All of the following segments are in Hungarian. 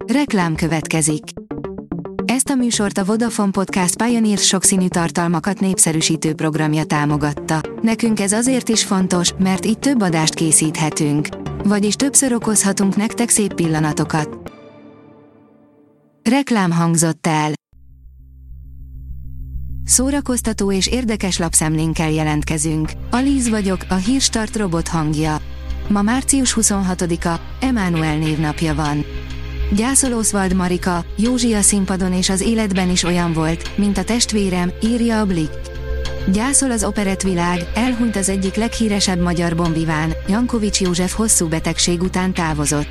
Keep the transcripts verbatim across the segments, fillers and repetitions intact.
Reklám következik. Ezt a műsort a Vodafone Podcast Pioneer sokszínű tartalmakat népszerűsítő programja támogatta. Nekünk ez azért is fontos, mert így több adást készíthetünk. Vagyis többször okozhatunk nektek szép pillanatokat. Reklám hangzott el. Szórakoztató és érdekes lapszemlénkkel jelentkezünk. Alíz vagyok, a Hírstart robot hangja. Ma március huszonhatodika, Emánuel névnapja van. Gyászol Oswald Marika, Józsi a színpadon és az életben is olyan volt, mint a testvérem, írja a Blick. Gyászol az operettvilág, elhunyt az egyik leghíresebb magyar bonviván, Jankovics József hosszú betegség után távozott.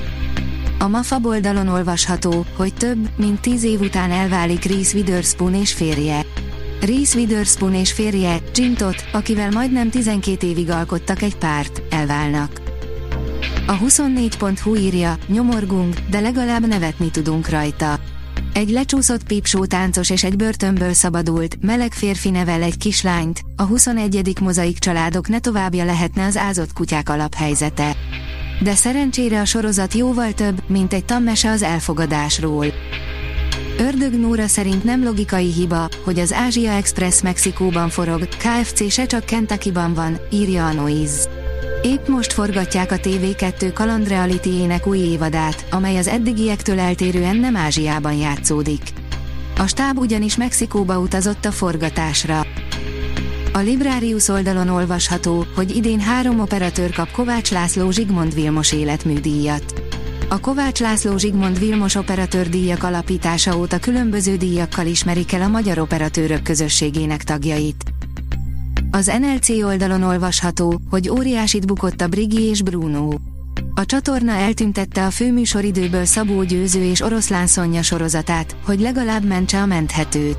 A MAFA oldalon olvasható, hogy több, mint tíz év után elválik Reese Witherspoon és férje. Reese Witherspoon és férje, Jim Todd, akivel majdnem tizenkét évig alkottak egy párt, elválnak. A huszonnégy pont hu írja, nyomorgunk, de legalább nevetni tudunk rajta. Egy lecsúszott pípsó táncos és egy börtönből szabadult, meleg férfi nevel egy kislányt, a huszonegyedik mozaik családok ne továbbja lehetne az ázott kutyák alaphelyzete. De szerencsére a sorozat jóval több, mint egy tanmese az elfogadásról. Ördög Nóra szerint nem logikai hiba, hogy az Ázsia Express Mexikóban forog, ká ef cé se csak Kentuckyban van, írja a Noise. Épp most forgatják a té vé kettő kalandrealityjének új évadát, amely az eddigiektől eltérően nem Ázsiában játszódik. A stáb ugyanis Mexikóba utazott a forgatásra. A Librarius oldalon olvasható, hogy idén három operatőr kap Kovács László Zsigmond Vilmos életműdíjat. A Kovács László Zsigmond Vilmos operatőr díjak alapítása óta különböző díjakkal ismerik el a magyar operatőrök közösségének tagjait. Az en el cé oldalon olvasható, hogy óriásit bukott a Brigi és Bruno. A csatorna eltüntette a főműsoridőből Szabó Győző és Oroszlán Szonya sorozatát, hogy legalább mentse a menthetőt.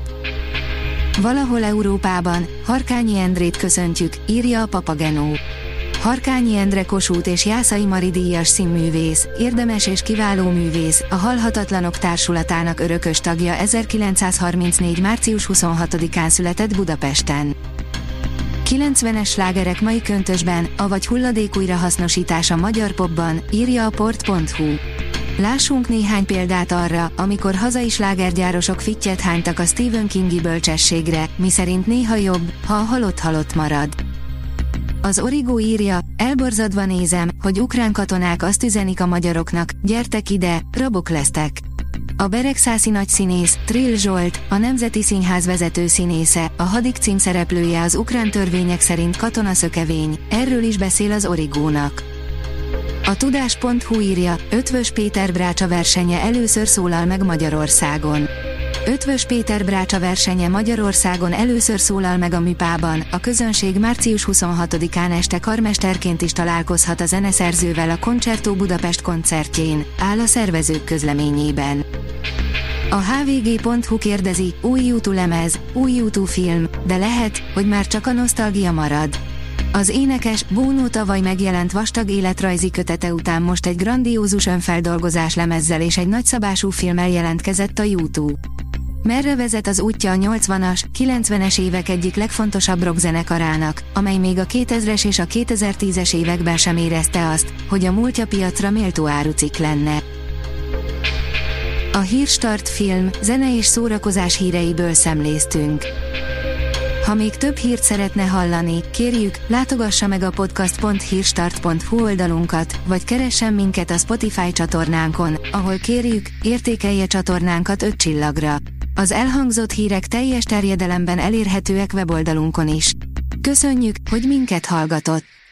Valahol Európában, Harkányi Endrét köszöntjük, írja a Papagenó. Harkányi Endre Kossuth és Jászai Mari díjas színművész, érdemes és kiváló művész, a Halhatatlanok Társulatának örökös tagja ezerkilencszázharmincnégy. március huszonhatodikán született Budapesten. kilencvenes slágerek mai köntösben, avagy hulladék újrahasznosítása magyar popban, írja a port pont hu. Lássunk néhány példát arra, amikor hazai slágergyárosok fittyet hánytak a Stephen Kingi bölcsességre, miszerint néha jobb, ha a halott halott marad. Az Origo írja, elborzadva nézem, hogy ukrán katonák azt üzenik a magyaroknak, gyertek ide, rabok lesztek. A beregszászi nagyszínész, Trill Zsolt, a Nemzeti Színház vezető színésze, a Hadik címszereplője az ukrán törvények szerint katonaszökevény, erről is beszél az Origónak. A tudás pont hu írja, Ötvös Péter brácsa versenye először szólal meg Magyarországon. Ötvös Péter brácsa versenye Magyarországon először szólal meg a Műpában, a közönség március huszonhatodikán este karmesterként is találkozhat a zeneszerzővel a Concerto Budapest koncertjén, áll a szervezők közleményében. A há vé gé pont hu kérdezi, új YouTube lemez, új YouTube film, de lehet, hogy már csak a nosztalgia marad. Az énekes, Bono tavaly megjelent vastag életrajzi kötete után most egy grandiózus önfeldolgozás lemezzel és egy nagyszabású filmmel jelentkezett a YouTube. Merre vezet az útja a nyolcvanas, kilencvenes évek egyik legfontosabb rockzenekarának, amely még a kétezres és a kétezer-tízes években sem érezte azt, hogy a múltja piacra méltó árucikk lenne. A Hírstart film, zene és szórakozás híreiből szemléztünk. Ha még több hírt szeretne hallani, kérjük, látogassa meg a podcast pont hírstart pont hu oldalunkat, vagy keressen minket a Spotify csatornánkon, ahol kérjük, értékelje csatornánkat öt csillagra. Az elhangzott hírek teljes terjedelemben elérhetőek weboldalunkon is. Köszönjük, hogy minket hallgatott!